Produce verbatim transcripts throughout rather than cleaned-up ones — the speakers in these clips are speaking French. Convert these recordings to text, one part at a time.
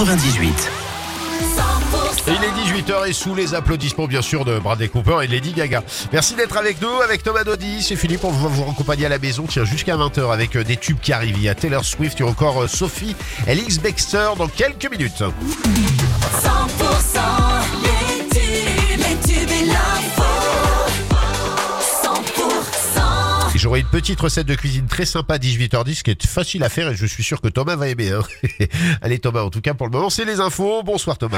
quatre-vingt-dix-huit. Et il est dix-huit heures et sous les applaudissements bien sûr de Bradley Cooper et de Lady Gaga. Merci d'être avec nous, avec Thomas Dodis et Philippe, on va vous accompagner à la maison, tiens, jusqu'à vingt heures avec des tubes qui arrivent. Il y a Taylor Swift, il y a encore Sophie Elix Bextor dans quelques minutes. cent pour cent les tubes, les tubes et l'info. cent pour cent. Et j'aurai une petite recette de cuisine très sympa à dix-huit heures dix qui est facile à faire et je suis sûr que Thomas va aimer. Hein. Allez Thomas, en tout cas pour le moment c'est les infos. Bonsoir Thomas.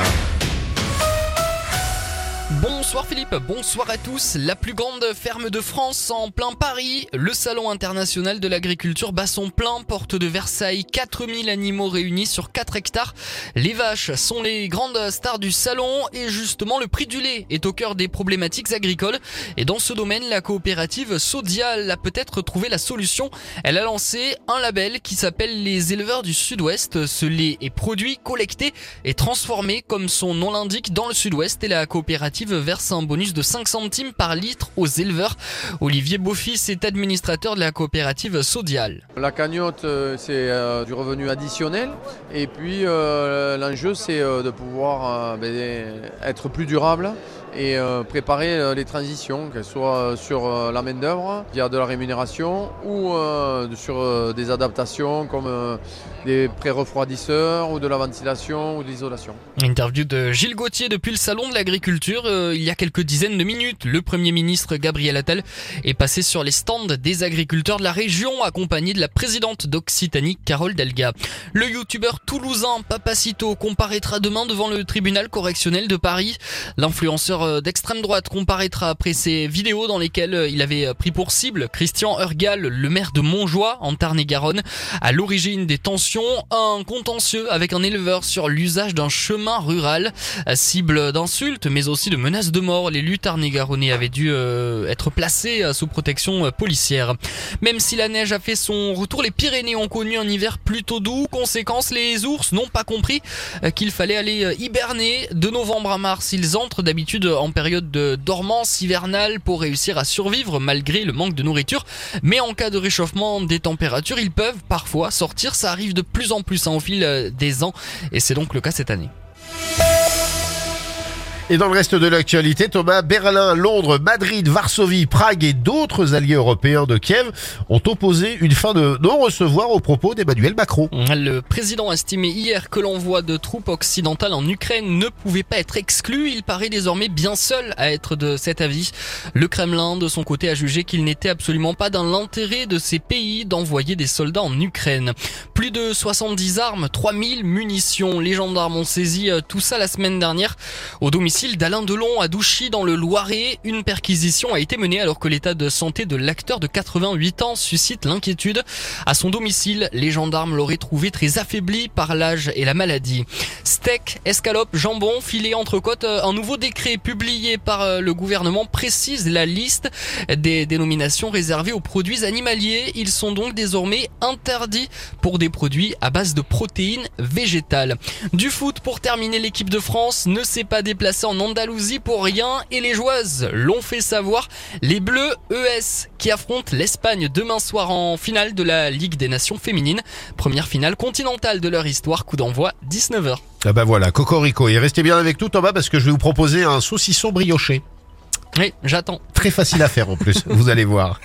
Bonsoir Philippe, bonsoir à tous. La plus grande ferme de France en plein Paris, le Salon international de l'agriculture bat son plein, porte de Versailles, quatre mille animaux réunis sur quatre hectares. Les vaches sont les grandes stars du salon et justement le prix du lait est au cœur des problématiques agricoles. Et dans ce domaine, la coopérative Sodial a peut-être trouvé la solution. Elle a lancé un label qui s'appelle les éleveurs du Sud-Ouest. Ce lait est produit, collecté et transformé comme son nom l'indique dans le Sud-Ouest et la coopérative verse un bonus de cinq centimes par litre aux éleveurs. Olivier Beaufils est administrateur de la coopérative Sodial. La cagnotte, c'est euh, du revenu additionnel et puis euh, l'enjeu c'est euh, de pouvoir euh, ben, être plus durable et euh, préparer euh, les transitions, qu'elles soient sur euh, la main d'œuvre, via de la rémunération ou euh, sur euh, des adaptations comme euh, des pré-refroidisseurs ou de la ventilation ou de l'isolation. Interview de Gilles Gauthier depuis le salon de l'agriculture. Euh, il y a quelques dizaines de minutes, le Premier ministre Gabriel Attal est passé sur les stands des agriculteurs de la région, accompagné de la présidente d'Occitanie, Carole Delga. Le youtubeur toulousain Papacito comparaîtra demain devant le tribunal correctionnel de Paris. L'influenceur d'extrême droite comparaîtra après ses vidéos dans lesquelles il avait pris pour cible Christian Urgal, le maire de Montjoie en Tarn-et-Garonne. À l'origine des tensions, un contentieux avec un éleveur sur l'usage d'un chemin rural, cible d'insultes mais aussi de menaces de mort. L'élu tarn-et-garonnais avait dû euh, être placé sous protection policière. Même si la neige a fait son retour, les Pyrénées ont connu un hiver plutôt doux. Conséquence, les ours n'ont pas compris qu'il fallait aller hiberner. De novembre à mars, ils entrent d'habitude en période de dormance hivernale pour réussir à survivre malgré le manque de nourriture. Mais en cas de réchauffement des températures, ils peuvent parfois sortir. Ça arrive de plus en plus hein, au fil des ans et c'est donc le cas cette année. Et dans le reste de l'actualité, Thomas, Berlin, Londres, Madrid, Varsovie, Prague et d'autres alliés européens de Kiev ont opposé une fin de non-recevoir aux propos d'Emmanuel Macron. Le président a estimé hier que l'envoi de troupes occidentales en Ukraine ne pouvait pas être exclu. Il paraît désormais bien seul à être de cet avis. Le Kremlin, de son côté, a jugé qu'il n'était absolument pas dans l'intérêt de ces pays d'envoyer des soldats en Ukraine. Plus de soixante-dix armes, trois mille munitions. Les gendarmes ont saisi tout ça la semaine dernière au domicile d'Alain Delon à Douchy dans le Loiret. Une perquisition a été menée alors que l'état de santé de l'acteur de quatre-vingt-huit ans suscite l'inquiétude. À son domicile, les gendarmes l'auraient trouvé très affaibli par l'âge et la maladie. Steak, escalope, jambon, filet, entrecôte, un nouveau décret publié par le gouvernement précise la liste des dénominations réservées aux produits animaliers. Ils sont donc désormais interdits pour des produits à base de protéines végétales. Du foot pour terminer, l'équipe de France ne s'est pas déplacée en Andalousie pour rien et les Joueuses l'ont fait savoir. Les Bleus E S qui affrontent l'Espagne demain soir en finale de la Ligue des Nations féminines. Première finale continentale de leur histoire, coup d'envoi dix-neuf heures. Ah bah voilà, cocorico. Et restez bien avec nous Thomas parce que je vais vous proposer un saucisson brioché. Oui, j'attends. Très facile à faire en plus, vous allez voir.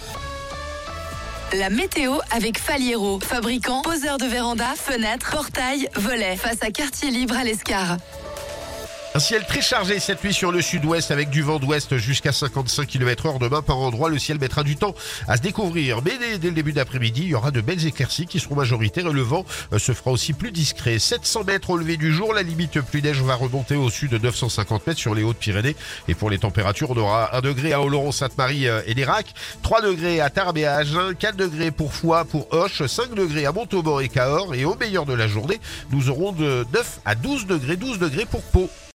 La météo avec Faliero, fabricant, poseur de véranda, fenêtres, portails, volets, face à Quartier Libre à l'Escar. Un ciel très chargé cette nuit sur le sud-ouest avec du vent d'ouest jusqu'à cinquante-cinq kilomètres heure. Demain, par endroit, le ciel mettra du temps à se découvrir. Mais dès, dès le début d'après-midi, il y aura de belles éclaircies qui seront majoritaires et le vent euh, se fera aussi plus discret. sept cents mètres au lever du jour. La limite pluie neige va remonter au sud de neuf cent cinquante mètres sur les Hautes-Pyrénées. Et pour les températures, on aura un degré à Oloron-Sainte-Marie euh, et Lérac, trois degrés à Tarbes et à Agen, quatre degrés pour Foix, pour Auch, cinq degrés à Montauban et Cahors. Et au meilleur de la journée, nous aurons de neuf à douze degrés, douze degrés pour Pau.